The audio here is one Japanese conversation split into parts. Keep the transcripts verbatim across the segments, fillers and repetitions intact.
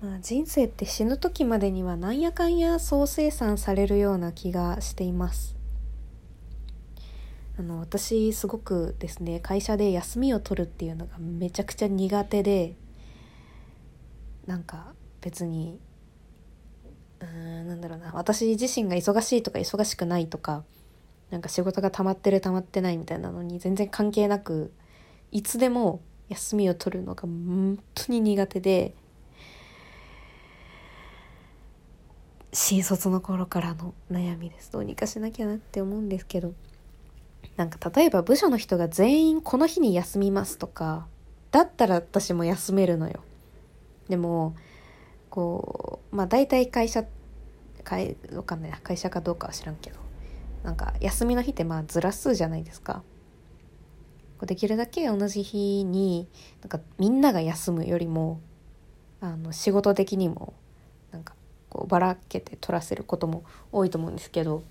まあ、人生って死ぬ時までにはなんやかんや総生産されるような気がしています。あの私すごくですね、会社で休みを取るっていうのがめちゃくちゃ苦手で、なんか別にうーんなんだろうな、私自身が忙しいとか忙しくないとか、なんか仕事が溜まってる溜まってないみたいなのに全然関係なく、いつでも休みを取るのが本当に苦手で、新卒の頃からの悩みです。どうにかしなきゃなって思うんですけど、なんか例えば部署の人が全員この日に休みますとかだったら私も休めるのよ。でもこうまあ大体会社会わかんない会社かどうかは知らんけど、なんか休みの日ってまあずらすじゃないですか。できるだけ同じ日になんかみんなが休むよりも、あの仕事的にもなんかこうばらけて取らせることも多いと思うんですけど、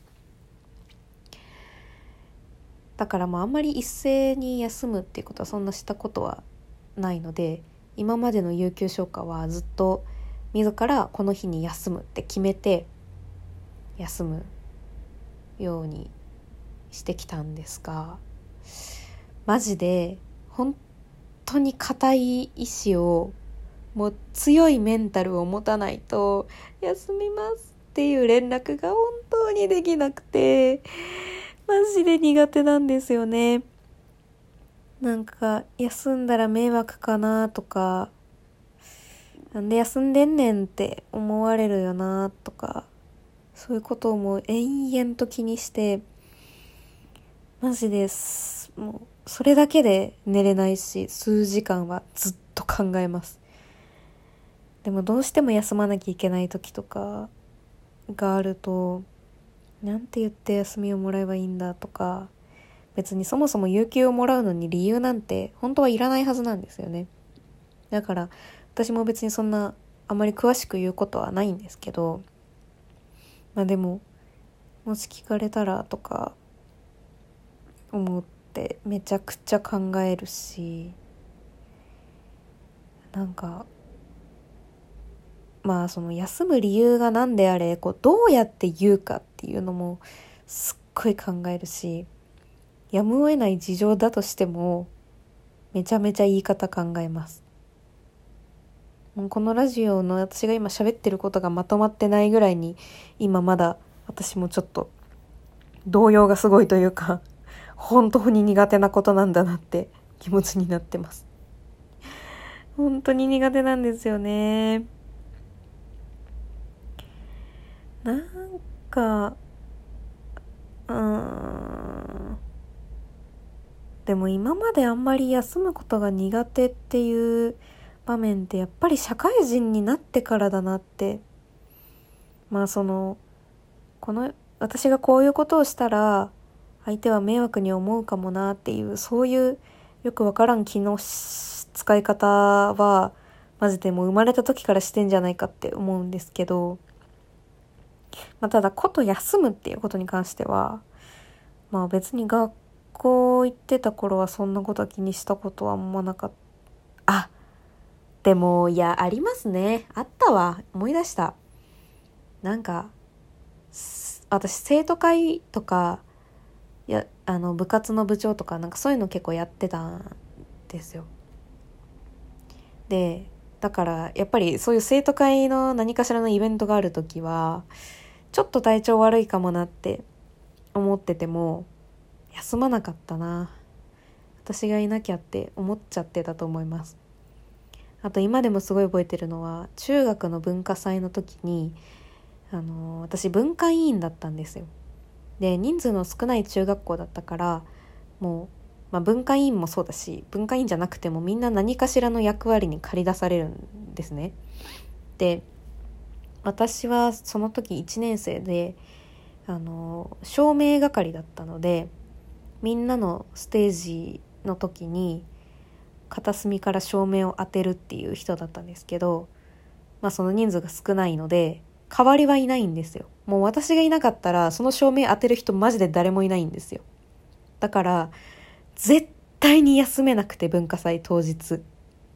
だからまああんまり一斉に休むっていうことはそんなしたことはないので、今までの有給消化はずっと自らこの日に休むって決めて休むようにしてきたんですが、マジで本当に固い意志を、もう強いメンタルを持たないと休みますっていう連絡が本当にできなくて、マジで苦手なんですよね。なんか休んだら迷惑かなとか、なんで休んでんねんって思われるよなとか、そういうことをもう延々と気にして、マジです。もうそれだけで寝れないし、数時間はずっと考えます。でもどうしても休まなきゃいけない時とかがあると、なんて言って休みをもらえばいいんだとか、別にそもそも有給をもらうのに理由なんて本当はいらないはずなんですよね。だから私も別にそんなあまり詳しく言うことはないんですけど、まあでももし聞かれたらとか思ってめちゃくちゃ考えるし、なんかまあその休む理由が何であれ、こうどうやって言うかっていうのもすっごい考えるし、やむを得ない事情だとしてもめちゃめちゃ言い方考えます。もうこのラジオの私が今喋ってることがまとまってないぐらいに、今まだ私もちょっと動揺がすごいというか、本当に苦手なことなんだなって気持ちになってます。本当に苦手なんですよね。なんかうーんでも今まであんまり休むことが苦手っていう場面ってやっぱり社会人になってからだなって。まあそのこの私がこういうことをしたら相手は迷惑に思うかもなっていう、そういうよくわからん気の使い方はマジでもう生まれた時からしてんじゃないかって思うんですけど、まあ、ただこと休むっていうことに関しては、まあ別に学校行ってた頃はそんなことは気にしたことはあんまなかった。あ、でもいやありますね。あったわ。思い出した。なんか私生徒会とかやあの部活の部長とかなんかそういうの結構やってたんですよ。でだからやっぱりそういう生徒会の何かしらのイベントがあるときはちょっと体調悪いかもなって思ってても休まなかったな。私がいなきゃって思っちゃってたと思います。あと今でもすごい覚えてるのは、中学の文化祭の時にあの私文化委員だったんですよ。で人数の少ない中学校だったから、もう、まあ、文化委員もそうだし文化委員じゃなくてもみんな何かしらの役割に駆り出されるんですね。で私はその時いちねん生であの照明係だったので、みんなのステージの時に片隅から照明を当てるっていう人だったんですけど、まあその人数が少ないので代わりはいないんですよ。もう私がいなかったらその照明当てる人マジで誰もいないんですよ。だから絶対に休めなくて、文化祭当日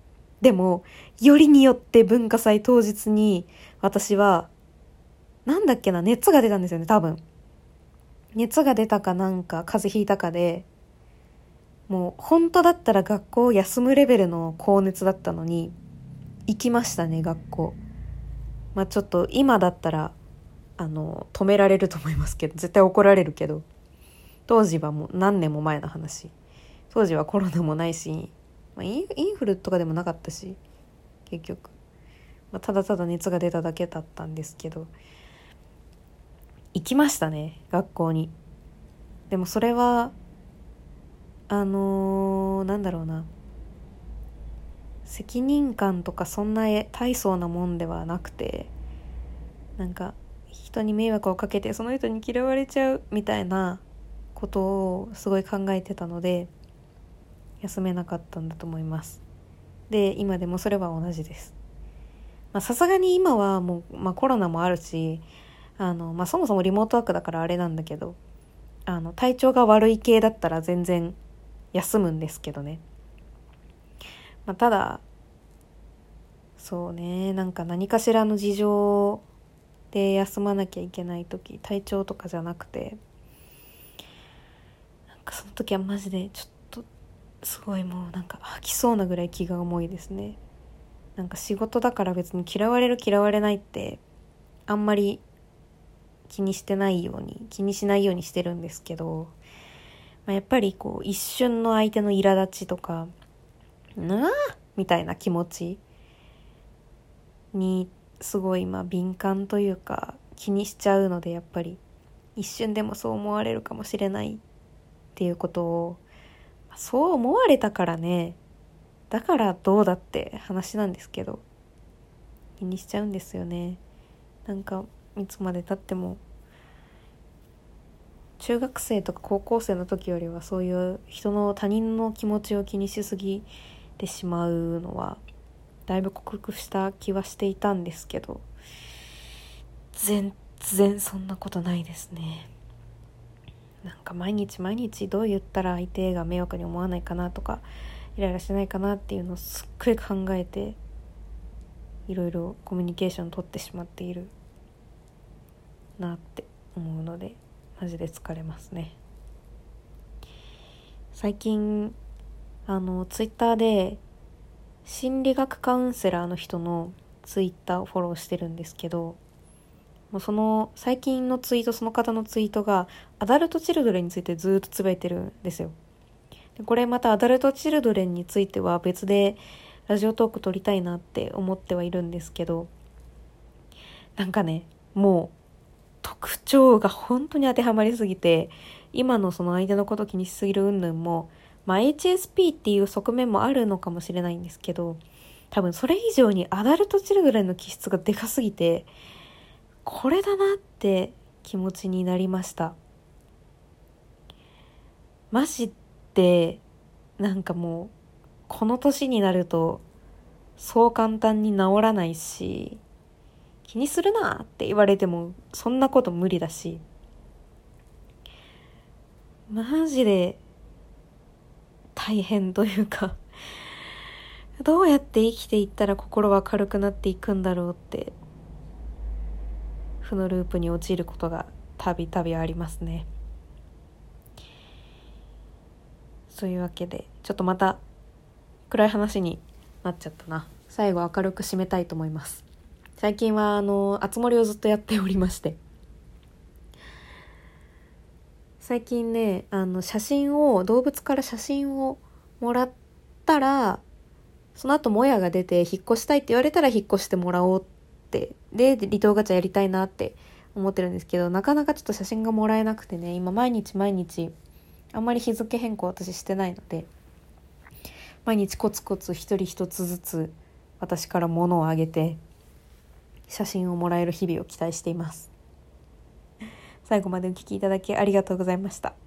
でもよりによって文化祭当日に私はなんだっけな、熱が出たんですよね。多分熱が出たかなんか風邪ひいたかで、もう本当だったら学校を休むレベルの高熱だったのに行きましたね、学校。まあちょっと今だったらあの止められると思いますけど、絶対怒られるけど、当時はもう何年も前の話。当時はコロナもないし、まあ、イン、インフルとかでもなかったし、結局、まあ、ただただ熱が出ただけだったんですけど、行きましたね、学校に。でもそれはあのー、なんだろうな、責任感とかそんな大層なもんではなくて、なんか人に迷惑をかけてその人に嫌われちゃうみたいなことをすごい考えてたので休めなかったんだと思います。で今でもそれは同じです。さすがに今はもう、まあ、コロナもあるし、あの、まあ、そもそもリモートワークだからあれなんだけど、あの体調が悪い系だったら全然休むんですけどね。まあ、ただそうね、なんか何かしらの事情で休まなきゃいけない時、体調とかじゃなくて、なんかその時はマジでちょっとすごいもうなんか吐きそうなぐらい気が重いですね。なんか仕事だから別に嫌われる嫌われないってあんまり気にしてないように気にしないようにしてるんですけど、まあ、やっぱりこう一瞬の相手の苛立ちとかなあみたいな気持ちにすごい今敏感というか気にしちゃうので、やっぱり一瞬でもそう思われるかもしれないっていうことを、そう思われたからね、だからどうだって話なんですけど、気にしちゃうんですよね。なんかいつまで経っても中学生とか高校生の時よりはそういう人の他人の気持ちを気にしすぎてしまうのはだいぶ克服した気はしていたんですけど、全然そんなことないですね。なんか毎日毎日どう言ったら相手が迷惑に思わないかなとかイライラしないかなっていうのをすっごい考えていろいろコミュニケーション取ってしまっているなって思うのでマジで疲れますね。最近あのツイッターで心理学カウンセラーの人のツイッターをフォローしてるんですけど、もうその最近のツイート、その方のツイートがアダルトチルドレンについてずっとつぶやいてるんですよ。でこれまたアダルトチルドレンについては別でラジオトーク撮りたいなって思ってはいるんですけど、なんかね、もう特徴が本当に当てはまりすぎて、今のその相手のこと気にしすぎる云々も、まあ エイチエスピー っていう側面もあるのかもしれないんですけど、多分それ以上にアダルトチルドレンの気質がでかすぎて、これだなって気持ちになりました。マジでなんかもうこの年になるとそう簡単に治らないし、気にするなって言われてもそんなこと無理だし、マジで大変というかどうやって生きていったら心は軽くなっていくんだろうって負のループに陥ることがたびたびありますね。そういうわけでちょっとまた暗い話になっちゃったな。最後明るく締めたいと思います。最近はあのあつ森をずっとやっておりまして、最近ね、あの写真を動物から写真をもらったら、その後もやが出て引っ越したいって言われたら引っ越してもらおうってで離島ガチャやりたいなって思ってるんですけど、なかなかちょっと写真がもらえなくてね、今毎日毎日あんまり日付変更私してないので、毎日コツコツ一人一つずつ私から物をあげて写真をもらえる日々を期待しています。最後までお聞きいただきありがとうございました。